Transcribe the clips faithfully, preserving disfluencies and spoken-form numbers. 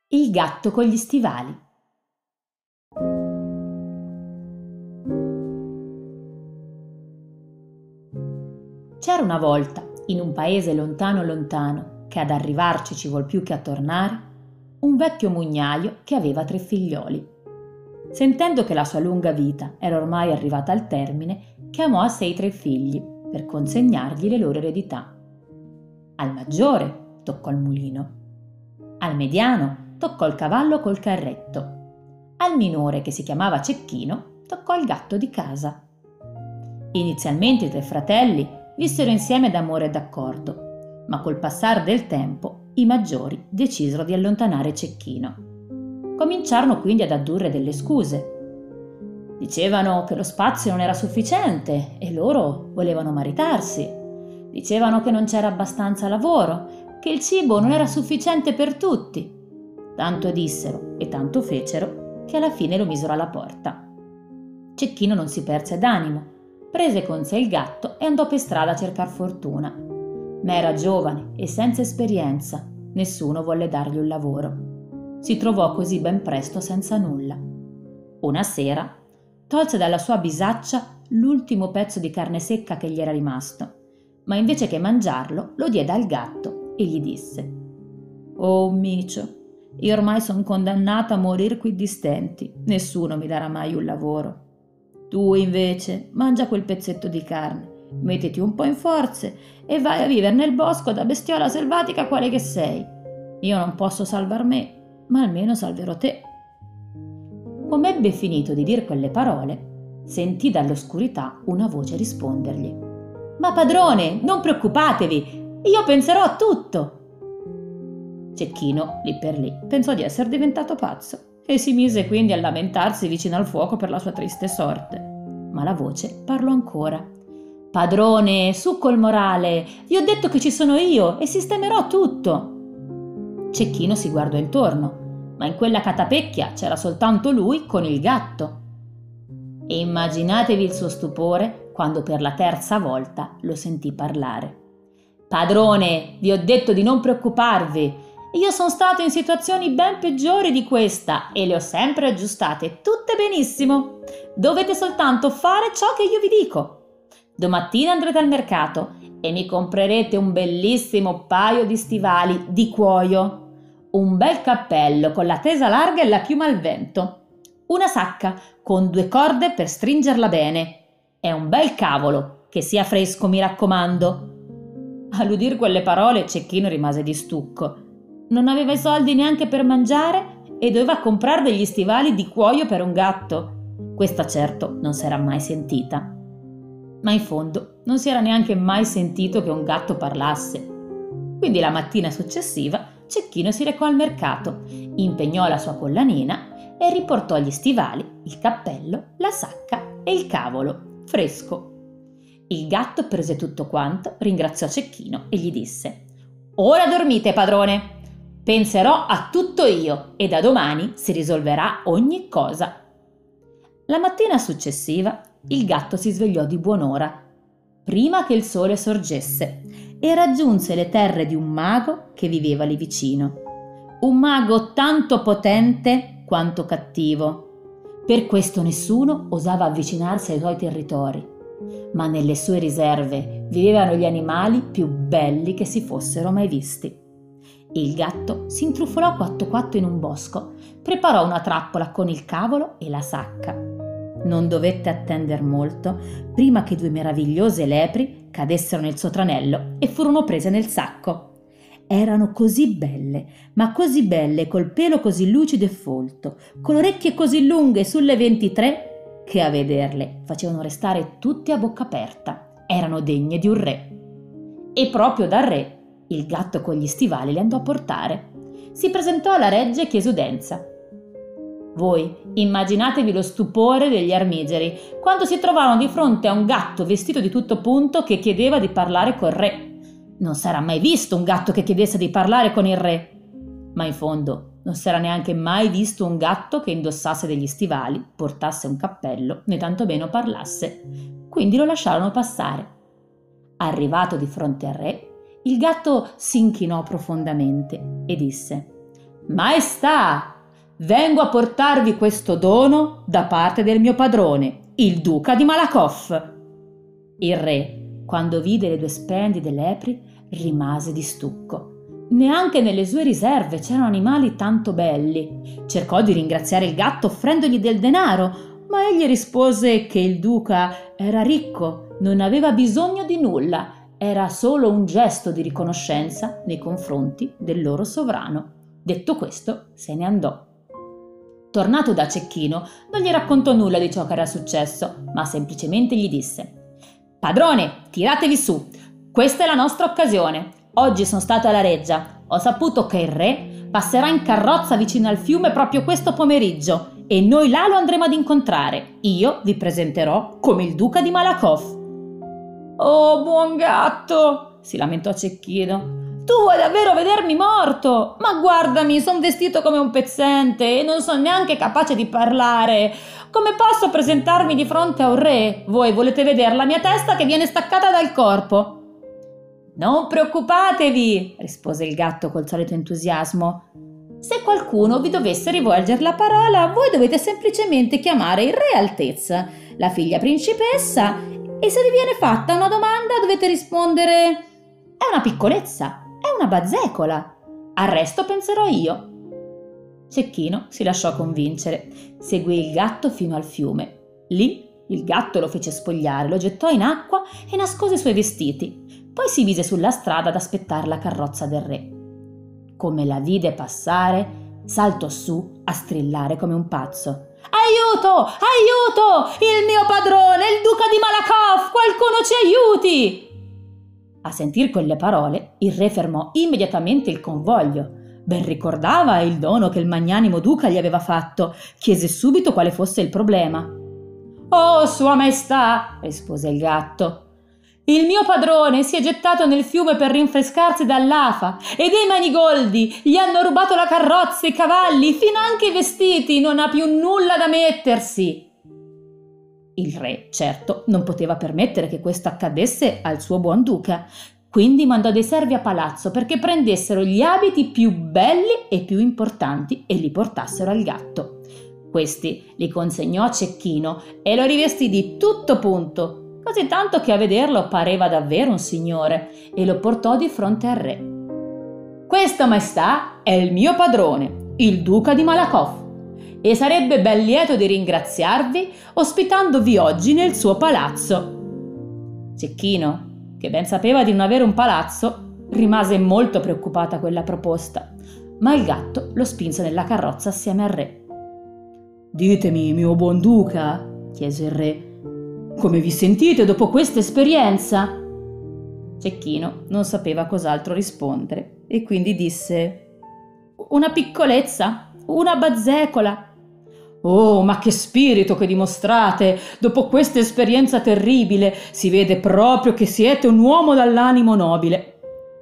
Il gatto con gli stivali. C'era una volta, in un paese lontano lontano, che ad arrivarci ci vuol più che a tornare, un vecchio mugnaio che aveva tre figlioli. Sentendo che la sua lunga vita era ormai arrivata al termine, chiamò a sé i tre figli per consegnargli le loro eredità. Al maggiore toccò il mulino, al mediano toccò il cavallo col carretto, al minore, che si chiamava Cecchino, toccò il gatto di casa. Inizialmente i tre fratelli vissero insieme d'amore e d'accordo, ma col passare del tempo i maggiori decisero di allontanare Cecchino. Cominciarono quindi ad addurre delle scuse. Dicevano che lo spazio non era sufficiente e loro volevano maritarsi. Dicevano che non c'era abbastanza lavoro, che il cibo non era sufficiente per tutti. Tanto dissero e tanto fecero che alla fine lo misero alla porta. Cecchino non si perse d'animo, prese con sé il gatto e andò per strada a cercar fortuna. Ma era giovane e senza esperienza, nessuno volle dargli un lavoro. Si trovò così ben presto senza nulla. Una sera tolse dalla sua bisaccia l'ultimo pezzo di carne secca che gli era rimasto, ma invece che mangiarlo lo diede al gatto e gli disse: «Oh micio, io ormai son condannato a morir qui di stenti, nessuno mi darà mai un lavoro. Tu invece mangia quel pezzetto di carne, mettiti un po' in forze e vai a vivere nel bosco da bestiola selvatica quale che sei. Io non posso salvar me, ma almeno salverò te». Come ebbe finito di dir quelle parole, sentì dall'oscurità una voce rispondergli: «Ma padrone, non preoccupatevi, io penserò a tutto». Cecchino, lì per lì, pensò di essere diventato pazzo e si mise quindi a lamentarsi vicino al fuoco per la sua triste sorte. Ma la voce parlò ancora: «Padrone, su col morale, vi ho detto che ci sono io e sistemerò tutto». Cecchino si guardò intorno, ma in quella catapecchia c'era soltanto lui con il gatto. E immaginatevi il suo stupore quando per la terza volta lo sentì parlare: «Padrone, vi ho detto di non preoccuparvi. Io sono stato in situazioni ben peggiori di questa e le ho sempre aggiustate tutte benissimo. Dovete soltanto fare ciò che io vi dico. Domattina andrete al mercato e mi comprerete un bellissimo paio di stivali di cuoio, un bel cappello con la tesa larga e la piuma al vento, una sacca con due corde per stringerla bene e un bel cavolo, che sia fresco, mi raccomando». All'udir quelle parole Cecchino rimase di stucco. Non aveva i soldi neanche per mangiare e doveva comprare degli stivali di cuoio per un gatto. Questa certo non s'era mai sentita. Ma in fondo non si era neanche mai sentito che un gatto parlasse. Quindi la mattina successiva Cecchino si recò al mercato, impegnò la sua collanina e riportò gli stivali, il cappello, la sacca e il cavolo, fresco. Il gatto prese tutto quanto, ringraziò Cecchino e gli disse: «Ora dormite, padrone. Penserò a tutto io e da domani si risolverà ogni cosa». La mattina successiva il gatto si svegliò di buon'ora, prima che il sole sorgesse, e raggiunse le terre di un mago che viveva lì vicino. Un mago tanto potente quanto cattivo. Per questo nessuno osava avvicinarsi ai suoi territori, ma nelle sue riserve vivevano gli animali più belli che si fossero mai visti. Il gatto si intrufolò quatto quatto in un bosco, preparò una trappola con il cavolo e la sacca. Non dovette attender molto prima che due meravigliose lepri cadessero nel suo tranello e furono prese nel sacco. Erano così belle, ma così belle, col pelo così lucido e folto, con orecchie così lunghe sulle ventitré, che a vederle facevano restare tutti a bocca aperta. Erano degne di un re. E proprio dal re il gatto con gli stivali le andò a portare. Si presentò alla reggia e chiese udenza. Voi immaginatevi lo stupore degli armigeri quando si trovarono di fronte a un gatto vestito di tutto punto che chiedeva di parlare col re. Non s'era mai visto un gatto che chiedesse di parlare con il re, ma in fondo non s'era neanche mai visto un gatto che indossasse degli stivali, portasse un cappello, né tantomeno parlasse. Quindi lo lasciarono passare. Arrivato di fronte al re, il gatto si inchinò profondamente e disse: Maestà, vengo a portarvi questo dono da parte del mio padrone, il duca di Malakoff. Il re, quando vide le due splendide lepri, rimase di stucco. Neanche nelle sue riserve c'erano animali tanto belli. Cercò di ringraziare il gatto offrendogli del denaro, ma egli rispose che il duca era ricco, non aveva bisogno di nulla, era solo un gesto di riconoscenza nei confronti del loro sovrano. Detto questo, se ne andò. Tornato da Cecchino, non gli raccontò nulla di ciò che era successo, ma semplicemente gli disse: «Padrone, tiratevi su, questa è la nostra occasione. Oggi sono stato alla reggia, ho saputo che il re passerà in carrozza vicino al fiume proprio questo pomeriggio e noi là lo andremo ad incontrare. Io vi presenterò come il duca di Malakoff». «Oh, buon gatto!» si lamentò Cecchino. «Tu vuoi davvero vedermi morto? Ma guardami, sono vestito come un pezzente e non sono neanche capace di parlare. Come posso presentarmi di fronte a un re? Voi volete vedere la mia testa che viene staccata dal corpo?» «Non preoccupatevi», rispose il gatto col solito entusiasmo. «Se qualcuno vi dovesse rivolgere la parola, voi dovete semplicemente chiamare il re Altezza, la figlia principessa, e se vi viene fatta una domanda dovete rispondere: è una piccolezza, è una bazzecola. Al resto penserò io». Cecchino si lasciò convincere, seguì il gatto fino al fiume. Lì il gatto lo fece spogliare, lo gettò in acqua e nascose i suoi vestiti. Poi si mise sulla strada ad aspettare la carrozza del re. Come la vide passare, saltò su a strillare come un pazzo: «Aiuto! Aiuto! Il mio padrone, il duca di Malakoff! Qualcuno ci aiuti!» A sentir quelle parole, il re fermò immediatamente il convoglio. Ben ricordava il dono che il magnanimo duca gli aveva fatto. Chiese subito quale fosse il problema. «Oh, sua maestà», rispose il gatto, «il mio padrone si è gettato nel fiume per rinfrescarsi dall'afa e dei manigoldi gli hanno rubato la carrozza, i cavalli, finanche i vestiti, non ha più nulla da mettersi». Il re, certo, non poteva permettere che questo accadesse al suo buon duca, quindi mandò dei servi a palazzo perché prendessero gli abiti più belli e più importanti e li portassero al gatto. Questi li consegnò a Cecchino e lo rivestì di tutto punto, così tanto che a vederlo pareva davvero un signore, e lo portò di fronte al re. «Questo, maestà, è il mio padrone, il duca di Malakoff, e sarebbe ben lieto di ringraziarvi ospitandovi oggi nel suo palazzo». Cecchino, che ben sapeva di non avere un palazzo, rimase molto preoccupata a quella proposta, ma il gatto lo spinse nella carrozza assieme al re. «Ditemi, mio buon duca», chiese il re, «come vi sentite dopo questa esperienza?» Cecchino non sapeva cos'altro rispondere e quindi disse: «Una piccolezza, una bazzecola». «Oh, ma che spirito che dimostrate! Dopo questa esperienza terribile si vede proprio che siete un uomo dall'animo nobile».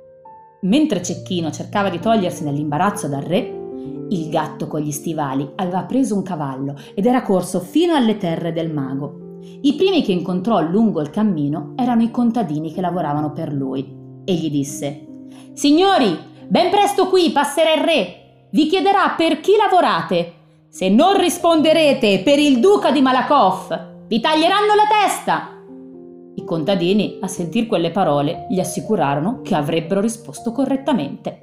Mentre Cecchino cercava di togliersi dall'imbarazzo dal re, il gatto con gli stivali aveva preso un cavallo ed era corso fino alle terre del mago. I primi che incontrò lungo il cammino erano i contadini che lavoravano per lui e gli disse: «Signori, ben presto qui passerà il re. Vi chiederà per chi lavorate. Se non risponderete per il duca di Malakoff, vi taglieranno la testa». I contadini, a sentir quelle parole, gli assicurarono che avrebbero risposto correttamente.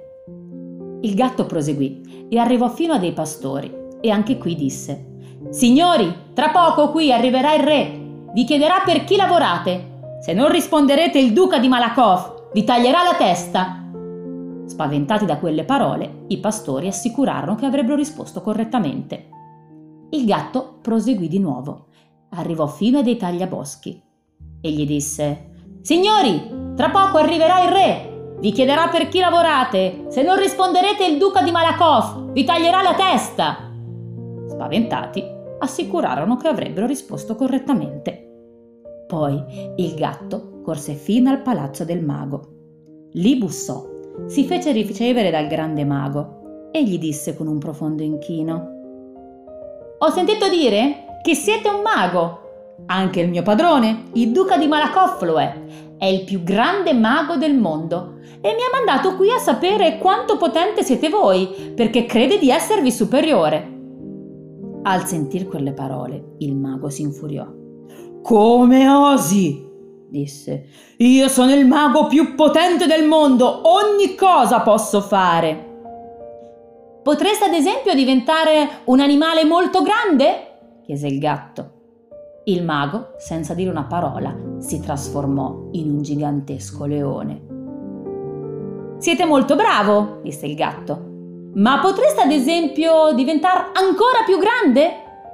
Il gatto proseguì e arrivò fino a dei pastori e anche qui disse: «Signori, tra poco qui arriverà il re. Vi chiederà per chi lavorate. Se non risponderete il duca di Malakoff, vi taglierà la testa». Spaventati da quelle parole, i pastori assicurarono che avrebbero risposto correttamente. Il gatto proseguì di nuovo. Arrivò fino a dei tagliaboschi e gli disse: «Signori, tra poco arriverà il re. Vi chiederà per chi lavorate. Se non risponderete il duca di Malakoff, vi taglierà la testa». Spaventati, assicurarono che avrebbero risposto correttamente. Poi il gatto corse fino al palazzo del mago. Lì bussò, si fece ricevere dal grande mago e gli disse con un profondo inchino: «Ho sentito dire che siete un mago. Anche il mio padrone, il duca di Malakoff, lo è. È il più grande mago del mondo e mi ha mandato qui a sapere quanto potente siete voi, perché crede di esservi superiore». Al sentir quelle parole, il mago si infuriò. «Come osi?» disse. «Io sono il mago più potente del mondo, ogni cosa posso fare». «Potreste ad esempio diventare un animale molto grande?» chiese il gatto. Il mago, senza dire una parola, si trasformò in un gigantesco leone. «Siete molto bravo», disse il gatto. «Ma potreste ad esempio diventare ancora più grande?»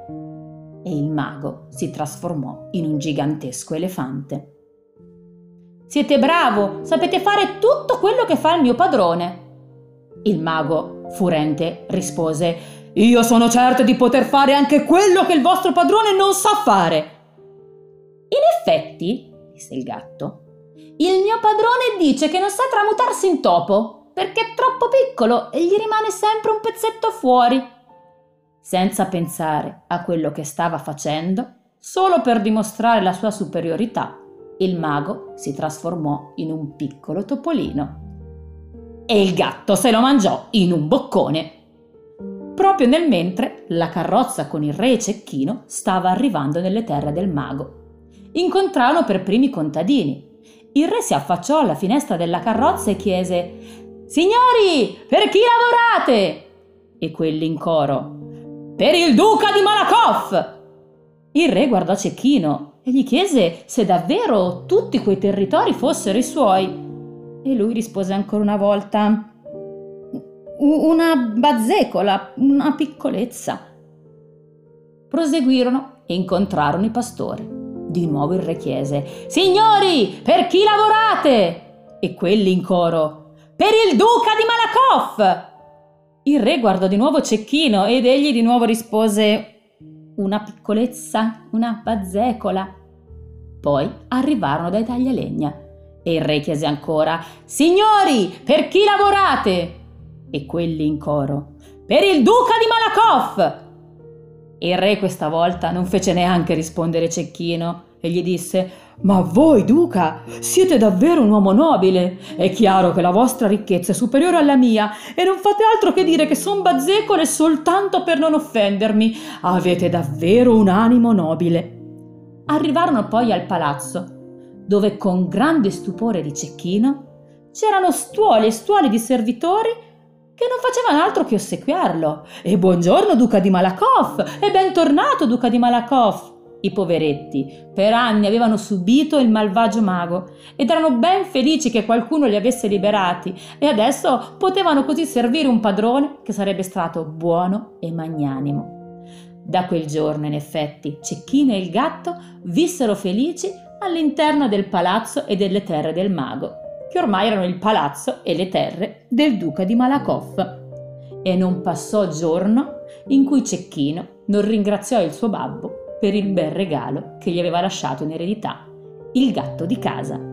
E il mago si trasformò in un gigantesco elefante. «Siete bravo, sapete fare tutto quello che fa il mio padrone». Il mago, furente, rispose: «Io sono certo di poter fare anche quello che il vostro padrone non sa fare». «In effetti», disse il gatto, «il mio padrone dice che non sa tramutarsi in topo perché è troppo piccolo e gli rimane sempre un pezzetto fuori». Senza pensare a quello che stava facendo, solo per dimostrare la sua superiorità, il mago si trasformò in un piccolo topolino. E il gatto se lo mangiò in un boccone. Proprio nel mentre la carrozza con il re e Cecchino stava arrivando nelle terre del mago. Incontrarono per primi i contadini. Il re si affacciò alla finestra della carrozza e chiese: «Signori, per chi lavorate?» E quelli in coro: «Per il duca di Malakoff!» Il re guardò Cecchino e gli chiese se davvero tutti quei territori fossero i suoi. E lui rispose ancora una volta: «Una bazzecola, una piccolezza». Proseguirono e incontrarono i pastori. Di nuovo il re chiese: «Signori, per chi lavorate?» E quelli in coro: «Per il duca di Malakoff!» Il re guardò di nuovo Cecchino ed egli di nuovo rispose: «Una piccolezza, una bazzecola». Poi arrivarono dai taglialegna e il re chiese ancora: «Signori, per chi lavorate?» E quelli in coro: «Per il duca di Malakoff!» Il re questa volta non fece neanche rispondere Cecchino e gli disse: «Ma voi, duca, siete davvero un uomo nobile. È chiaro che la vostra ricchezza è superiore alla mia e non fate altro che dire che son bazzecole soltanto per non offendermi. Avete davvero un animo nobile». Arrivarono poi al palazzo, dove con grande stupore di Cecchino c'erano stuoli e stuoli di servitori che non facevano altro che ossequiarlo. «E buongiorno, duca di Malakoff! E bentornato, duca di Malakoff!» I poveretti per anni avevano subito il malvagio mago ed erano ben felici che qualcuno li avesse liberati e adesso potevano così servire un padrone che sarebbe stato buono e magnanimo. Da quel giorno, in effetti, Cecchino e il gatto vissero felici all'interno del palazzo e delle terre del mago, che ormai erano il palazzo e le terre del duca di Malakoff. E non passò giorno in cui Cecchino non ringraziò il suo babbo per il bel regalo che gli aveva lasciato in eredità, il gatto di casa.